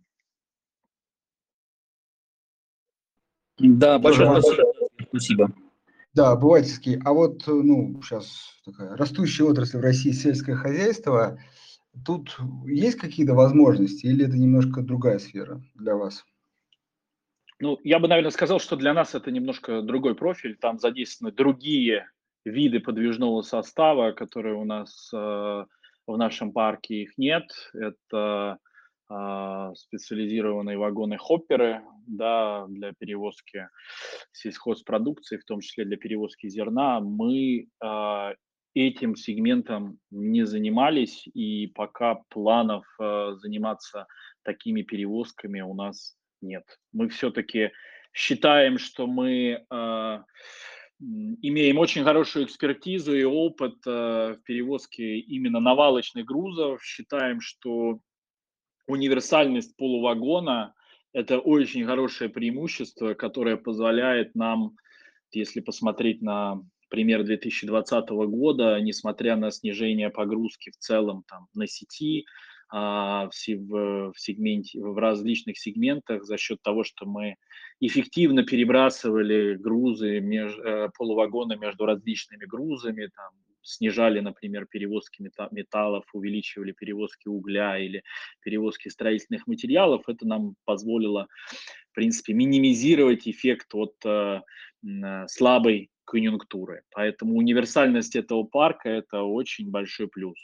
Да, Тоже большое вам- спасибо. Спасибо. Да, обывательский. А вот, э, ну, сейчас такая растущая отрасль в России сельское хозяйство. Тут есть какие-то возможности или это немножко другая сфера для вас? Ну, я бы, наверное, сказал, что для нас это немножко другой профиль. Там задействованы другие виды подвижного состава, которые у нас э, в нашем парке их нет. Это а, специализированные вагоны-хопперы, да, для перевозки сельхозпродукции, в том числе для перевозки зерна. Мы а, этим сегментом не занимались, и пока планов э, заниматься такими перевозками у нас нет. Мы все-таки считаем, что мы э, м, имеем очень хорошую экспертизу и опыт э, в перевозке именно навалочных грузов. Считаем, что универсальность полувагона – это очень хорошее преимущество, которое позволяет нам, если посмотреть на пример две тысячи двадцатого года, несмотря на снижение погрузки в целом там, на сети, а, в, се- в, в сегменте, в различных сегментах, за счет того, что мы эффективно перебрасывали грузы, меж, э, полувагоны между различными грузами, там, снижали, например, перевозки мета- металлов, увеличивали перевозки угля или перевозки строительных материалов, это нам позволило, в принципе, минимизировать эффект от э, м, э, слабой конъюнктуры. Поэтому универсальность этого парка – это очень большой плюс.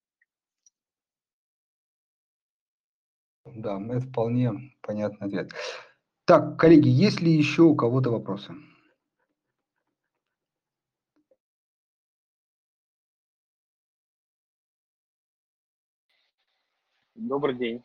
Да, это вполне понятный ответ. Так, коллеги, есть ли еще у кого-то вопросы? Добрый день,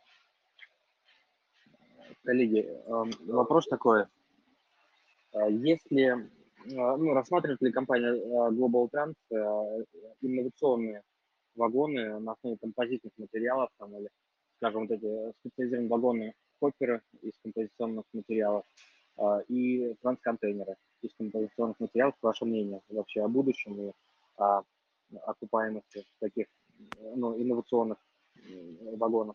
коллеги. Эм, Вопрос такой. Э, Если, э, ну, рассматривает ли компания э, Global Trans э, инновационные вагоны на основе композитных материалов, там, или, скажем, вот эти специализированные вагоны хопперы из композиционных материалов э, и трансконтейнеры из композиционных материалов? Ваше мнение вообще о будущем и о окупаемости таких, э, ну, инновационных м, вагонов?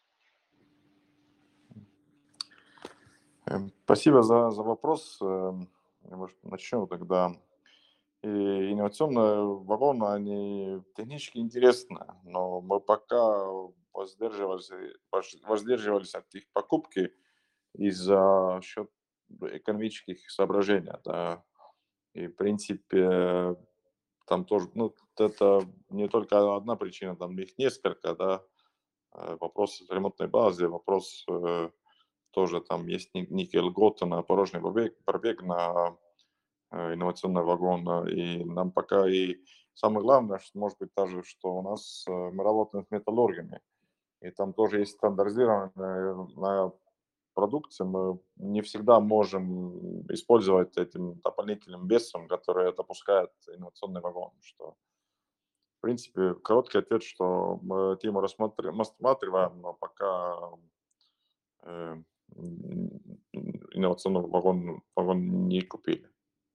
Эм, Спасибо за, за вопрос. Эм, я, может, начну тогда. И инновационные вагоны, они технически интересны, но мы пока воздерживались, воз- воздерживались от их покупки из-за счет экономических соображений. Да. И, в принципе, там тоже, ну, это не только одна причина, там их несколько, да. Э, Вопрос ремонтной базы, вопрос э, тоже там есть не- некие льготы на порожний пробег, пробег на э, инновационный вагон. э, И нам пока и самое главное, что может быть даже, что у нас э, мы работаем с металлургами, и там тоже есть стандартизированная продукция, мы не всегда можем использовать этим дополнительным весом, который допускает инновационный вагон. Что, в принципе, короткий ответ, что мы тему рассматриваем, рассматриваем, но пока э, инновационный вагон, вагон не купили.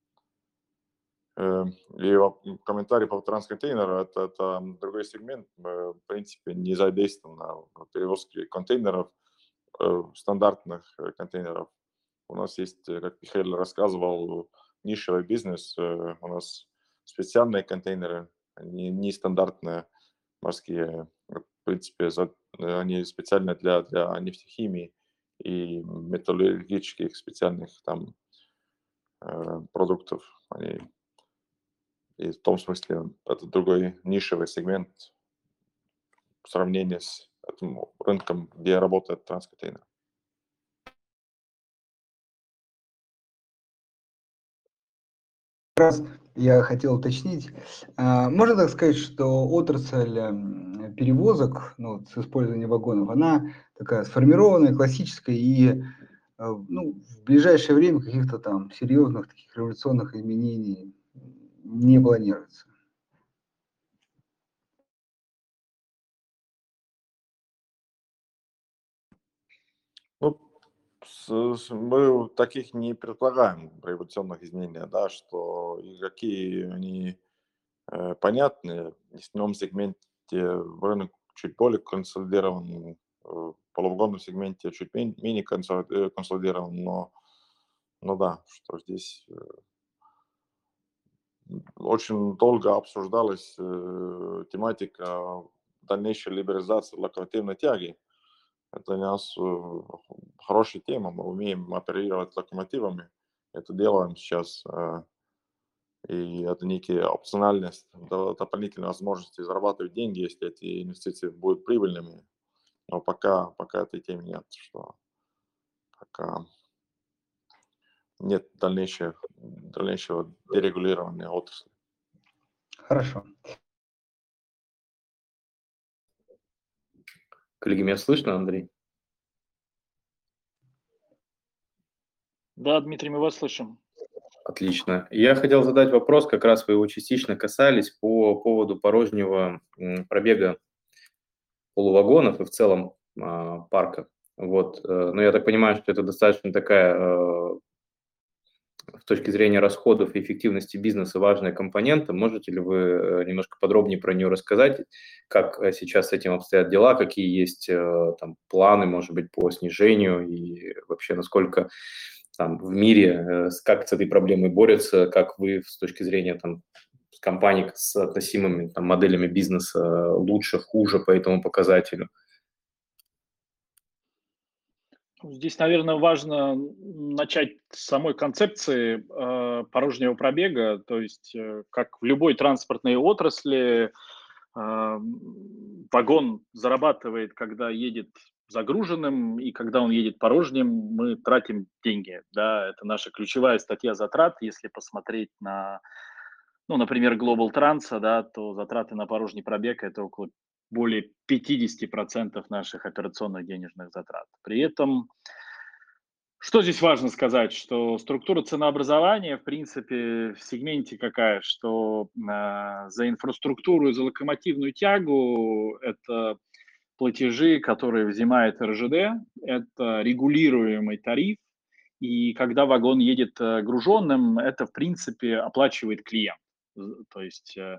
Э, И во- комментарий по трансконтейнеру, это, это другой сегмент. Мы, в принципе, не задействованы на перевозке контейнеров, э, стандартных э, контейнеров. У нас есть, э, как Михаил рассказывал, нишевый бизнес. э, У нас специальные контейнеры, они нестандартные морские. В принципе, за- э, они специально для, для нефтехимии и металлургических специальных там э, продуктов. Они, и в том смысле это другой нишевый сегмент в сравнении с этим рынком, где работает трансконтейнер. Как раз я хотел уточнить. А, Можно так сказать, что отрасль м, перевозок, ну, вот с использованием вагонов, она такая сформированная, классическая, и э, ну, в ближайшее время каких-то там серьезных таких революционных изменений не планируется. Ну, с- с- мы таких не предполагаем революционных изменений, да, что и какие они э, понятны. В нефтяном сегменте рынок чуть более консолидирован, э, в полувагонном сегменте чуть мен- менее консо- э, консолидирован, но, но да, что здесь э, очень долго обсуждалась э, тематика дальнейшей либерализации локомотивной тяги. Это для нас э, хорошая тема, мы умеем оперировать локомотивами, это делаем сейчас, э, и это некие опциональность, до- дополнительные возможности зарабатывать деньги, если эти инвестиции будут прибыльными, но пока, пока этой темы нет, что пока нет дальнейшего, дальнейшего дерегулирования отрасли. Хорошо. Коллеги, меня слышно, Андрей? Да, Дмитрий, мы вас слышим. Отлично. Я хотел задать вопрос, как раз вы его частично касались, по поводу порожнего м, пробега полувагонов и в целом а, парка. Вот. э, Но я так понимаю, что это достаточно такая, э, с точки зрения расходов и эффективности бизнеса, важная компонента. Можете ли вы э, немножко подробнее про нее рассказать, как э, сейчас с этим обстоят дела, какие есть э, там планы, может быть, по снижению и вообще насколько там в мире, э, с- как с этой проблемой борются, как вы с точки зрения там компаний с относимыми там, моделями бизнеса э, лучше, хуже по этому показателю? Здесь, наверное, важно начать с самой концепции э, порожнего пробега, то есть э, как в любой транспортной отрасли, э, вагон зарабатывает, когда едет загруженным, и когда он едет порожним, мы тратим деньги. Да, это наша ключевая статья затрат. Если посмотреть на, ну, например, Global Trans, да, то затраты на порожний пробег – это около более пятьдесят процентов наших операционных денежных затрат. При этом что здесь важно сказать, что структура ценообразования, в принципе, в сегменте какая, что а, за инфраструктуру и за локомотивную тягу это платежи, которые взимает эр жэ дэ, это регулируемый тариф, и когда вагон едет э, груженным, это, в принципе, оплачивает клиент. З- То есть э,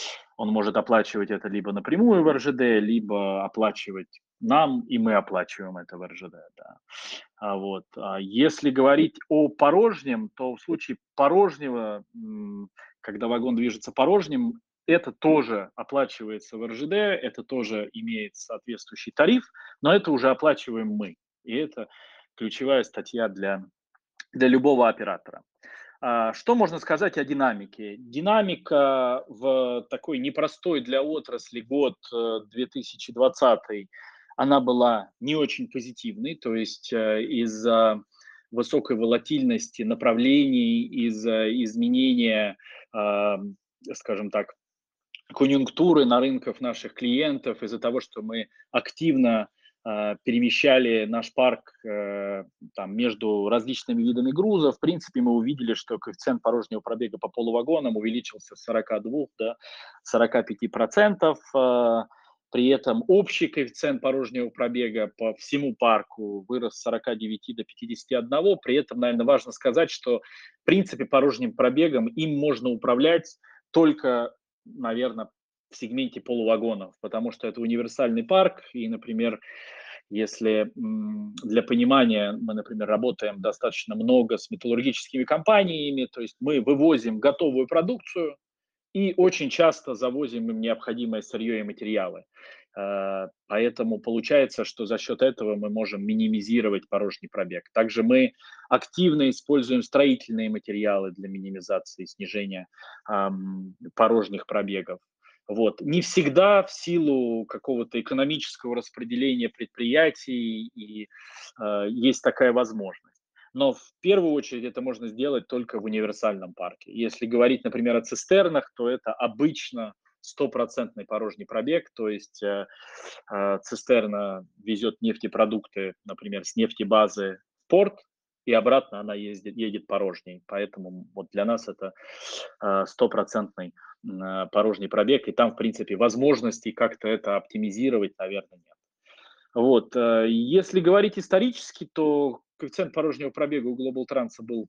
он может оплачивать это либо напрямую в эр жэ дэ, либо оплачивать нам, и мы оплачиваем это в эр жэ дэ. Да. А вот. А если говорить о порожнем, то в случае порожнего, м, когда вагон движется порожним, это тоже оплачивается в эр жэ дэ, это тоже имеет соответствующий тариф, но это уже оплачиваем мы. И это ключевая статья для, для любого оператора. А, Что можно сказать о динамике? Динамика в такой непростой для отрасли год э, две тысячи двадцатый, она была не очень позитивной, то есть э, из-за высокой волатильности направлений, из-за изменения, а, скажем так, конъюнктуры на рынках наших клиентов, из-за того, что мы активно э, перемещали наш парк э, там, между различными видами грузов, в принципе, мы увидели, что коэффициент порожнего пробега по полувагонам увеличился с сорока двух до сорока пяти процентов. Э, при этом общий коэффициент порожнего пробега по всему парку вырос с сорока девяти до пятидесяти одного. При этом, наверное, важно сказать, что в принципе порожним пробегом им можно управлять только, наверное, в сегменте полувагонов, потому что это универсальный парк, и, например, если для понимания мы, например, работаем достаточно много с металлургическими компаниями, то есть мы вывозим готовую продукцию и очень часто завозим им необходимое сырье и материалы. Э, Поэтому получается, что за счет этого мы можем минимизировать порожний пробег. Также мы активно используем строительные материалы для минимизации и снижения ам, порожних пробегов. Вот. Не всегда в силу какого-то экономического распределения предприятий и э, есть такая возможность. Но в первую очередь это можно сделать только в универсальном парке. Если говорить, например, о цистернах, то это обычно стопроцентный порожний пробег, то есть э, э, цистерна везет нефтепродукты, например, с нефтебазы в порт, и обратно она ездит, едет порожней. Поэтому вот для нас это э, стопроцентный э, порожний пробег, и там, в принципе, возможностей как-то это оптимизировать, наверное, нет. Вот. э, Если говорить исторически, то коэффициент порожнего пробега у Global Trans был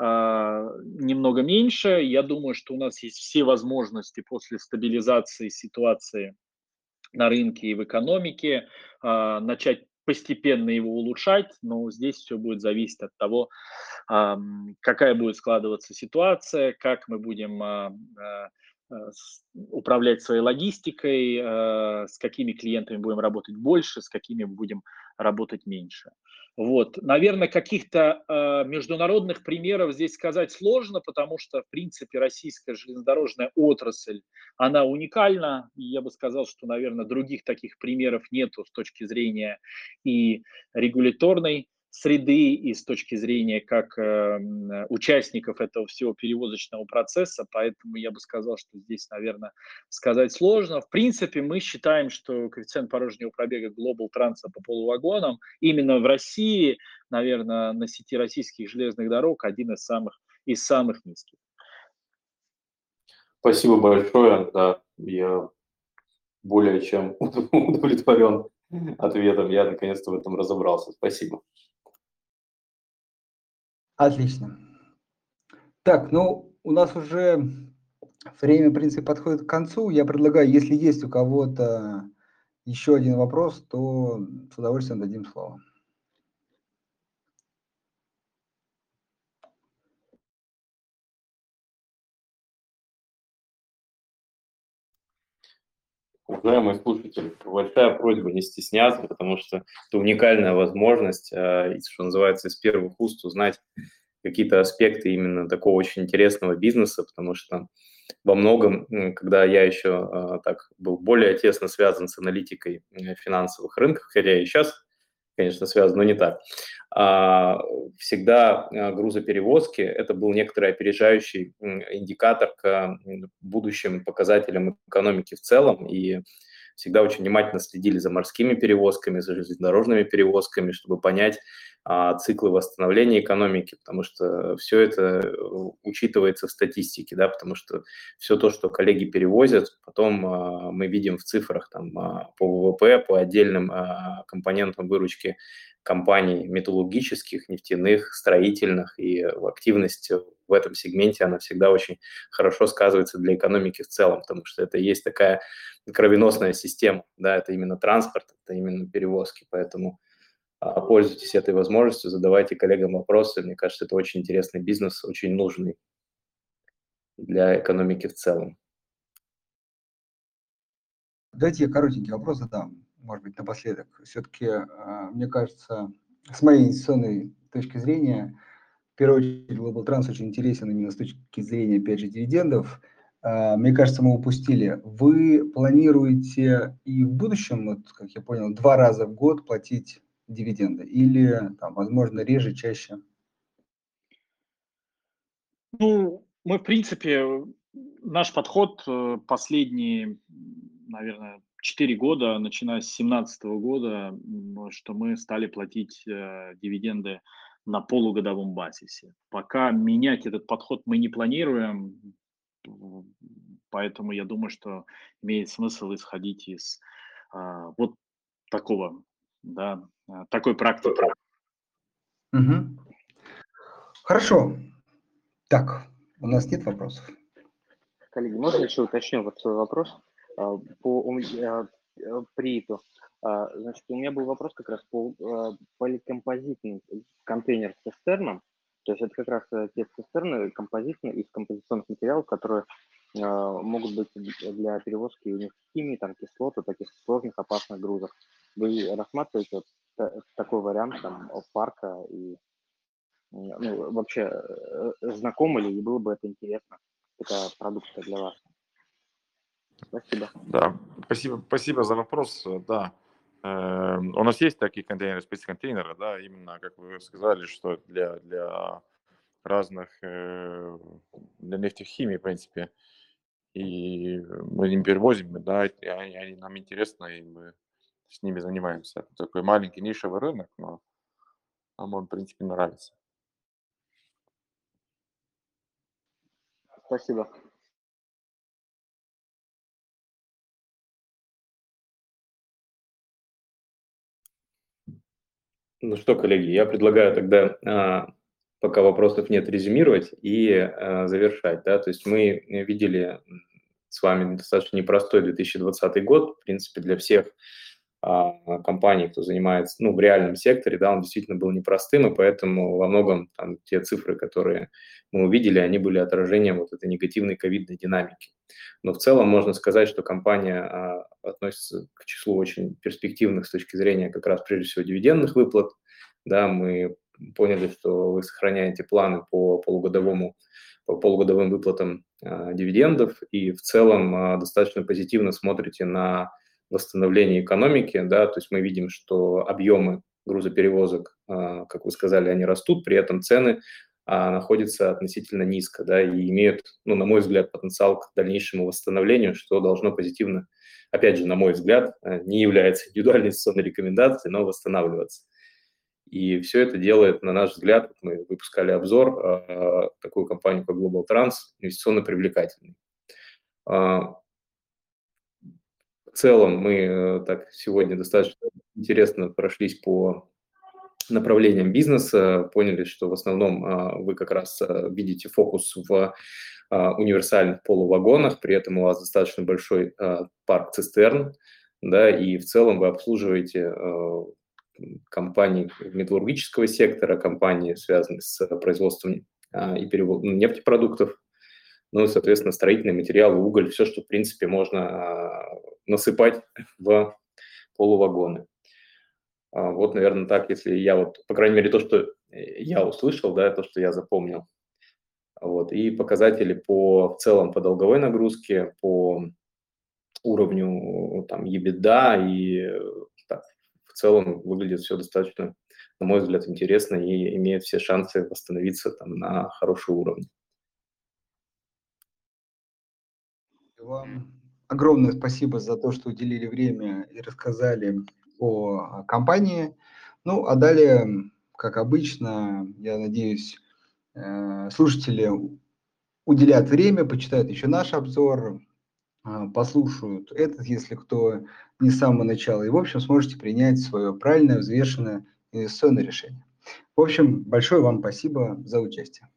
а, немного меньше. Я думаю, что у нас есть все возможности после стабилизации ситуации на рынке и в экономике а, начать постепенно его улучшать, но здесь все будет зависеть от того, ам, какая будет складываться ситуация, как мы будем а, а, а, с- управлять своей логистикой, а, с какими клиентами будем работать больше, с какими будем работать меньше. Вот. Наверное, каких-то а, международных примеров здесь сказать сложно, потому что, в принципе, российская железнодорожная отрасль, она уникальна. И я бы сказал, что, наверное, других таких примеров нету с точки зрения и регуляторной среды и с точки зрения как э, участников этого всего перевозочного процесса, поэтому я бы сказал, что здесь, наверное, сказать сложно. В принципе, мы считаем, что коэффициент порожнего пробега Global Trans по полувагонам именно в России, наверное, на сети российских железных дорог один из самых, из самых низких. Спасибо большое, да, я более чем удовлетворен ответом, я наконец-то в этом разобрался. Спасибо. Отлично. Так, ну, у нас уже время, в принципе, подходит к концу. Я предлагаю, если есть у кого-то еще один вопрос, то с удовольствием дадим слово. Уважаемые слушатели, большая просьба не стесняться, потому что это уникальная возможность, что называется, из первых уст узнать какие-то аспекты именно такого очень интересного бизнеса, потому что во многом, когда я еще так был более тесно связан с аналитикой финансовых рынков, хотя и сейчас, конечно, связан, но не так, всегда грузоперевозки – это был некоторый опережающий индикатор к будущим показателям экономики в целом, и всегда очень внимательно следили за морскими перевозками, за железнодорожными перевозками, чтобы понять а, циклы восстановления экономики, потому что все это учитывается в статистике, да, потому что все то, что коллеги перевозят, потом а, мы видим в цифрах там, а, по вэ вэ пэ, по отдельным а, компонентам выручки компаний металлургических, нефтяных, строительных, и активность в этом сегменте, она всегда очень хорошо сказывается для экономики в целом, потому что это есть такая кровеносная система, да, это именно транспорт, это именно перевозки, поэтому а, пользуйтесь этой возможностью, задавайте коллегам вопросы, мне кажется, это очень интересный бизнес, очень нужный для экономики в целом. Давайте я коротенький вопрос задам, может быть, напоследок. Все-таки, мне кажется, с моей инвестиционной точки зрения, в первую очередь, Global Trans очень интересен именно с точки зрения, опять же, дивидендов. Мне кажется, мы упустили. Вы планируете и в будущем, вот, как я понял, два раза в год платить дивиденды? Или, там, возможно, реже, чаще? Ну, мы, в принципе, наш подход последние, наверное, четыре года, начиная с две тысячи семнадцатого года, что мы стали платить дивиденды на полугодовом базисе. Пока менять этот подход мы не планируем, поэтому я думаю, что имеет смысл исходить из а, вот такого, да, такой практики. Угу. Хорошо. Так, у нас нет вопросов? Коллеги, можно еще уточню вот свой вопрос по ПРИИТу? Значит, у меня был вопрос как раз по поликомпозитным контейнер-цистернам. То есть это как раз те цистерны композитные из композиционных материалов, которые могут быть для перевозки нефтехимии, там, кислоты, таких сложных, опасных грузов. Вы рассматриваете вот такой вариант там, парка и ну, вообще знакомы ли, и было бы это интересно, такая продукция для вас? Спасибо. Да, спасибо, спасибо за вопрос. Да, э, у нас есть такие контейнеры, спецконтейнеры, да, именно, как вы сказали, что для, для разных, э, для нефтехимии, в принципе, и мы им перевозим, да, и они, они нам интересны, и мы с ними занимаемся. Это такой маленький нишевый рынок, но нам он, в принципе, нравится. Спасибо. Ну что, коллеги, я предлагаю тогда, пока вопросов нет, резюмировать и завершать. Да? То есть мы видели с вами достаточно непростой две тысячи двадцатый год, в принципе, для всех компаний, кто занимается ну, в реальном секторе, да, он действительно был непростым, и поэтому во многом там, те цифры, которые мы увидели, они были отражением вот этой негативной ковидной динамики. Но в целом можно сказать, что компания а, относится к числу очень перспективных с точки зрения как раз прежде всего дивидендных выплат. Да, мы поняли, что вы сохраняете планы по полугодовому, по полугодовым выплатам а, дивидендов и в целом а, достаточно позитивно смотрите на восстановление экономики, да, то есть мы видим, что объемы грузоперевозок, как вы сказали, они растут, при этом цены находятся относительно низко, да, и имеют, ну, на мой взгляд, потенциал к дальнейшему восстановлению, что должно позитивно, опять же, на мой взгляд, не является индивидуальной инвестиционной рекомендацией, но восстанавливаться. И все это делает, на наш взгляд, мы выпускали обзор, э, такую компанию, как Global Trans, инвестиционно привлекательной. Э, в целом мы э, так сегодня достаточно интересно прошлись по направлениям бизнеса, поняли, что в основном э, вы как раз э, видите фокус в э, универсальных полувагонах, при этом у вас достаточно большой э, парк цистерн, да, и в целом вы обслуживаете э, компании металлургического сектора, компании, связанные с производством а, и переводом нефтепродуктов, ну и, соответственно, строительные материалы, уголь, все, что, в принципе, можно а, насыпать в полувагоны. А, вот, наверное, так, если я вот, по крайней мере, то, что я услышал, да, то, что я запомнил. Вот, и показатели по, в целом по долговой нагрузке, по уровню там EBITDA и так, в целом выглядит все достаточно, на мой взгляд, интересно и имеет все шансы восстановиться там на хороший уровень. Вам огромное спасибо за то, что уделили время и рассказали о компании. Ну, а далее, как обычно, я надеюсь, слушатели уделят время, почитают еще наш обзор, послушают этот, если кто не с самого начала, и, в общем, сможете принять свое правильное, взвешенное инвестиционное решение. В общем, большое вам спасибо за участие.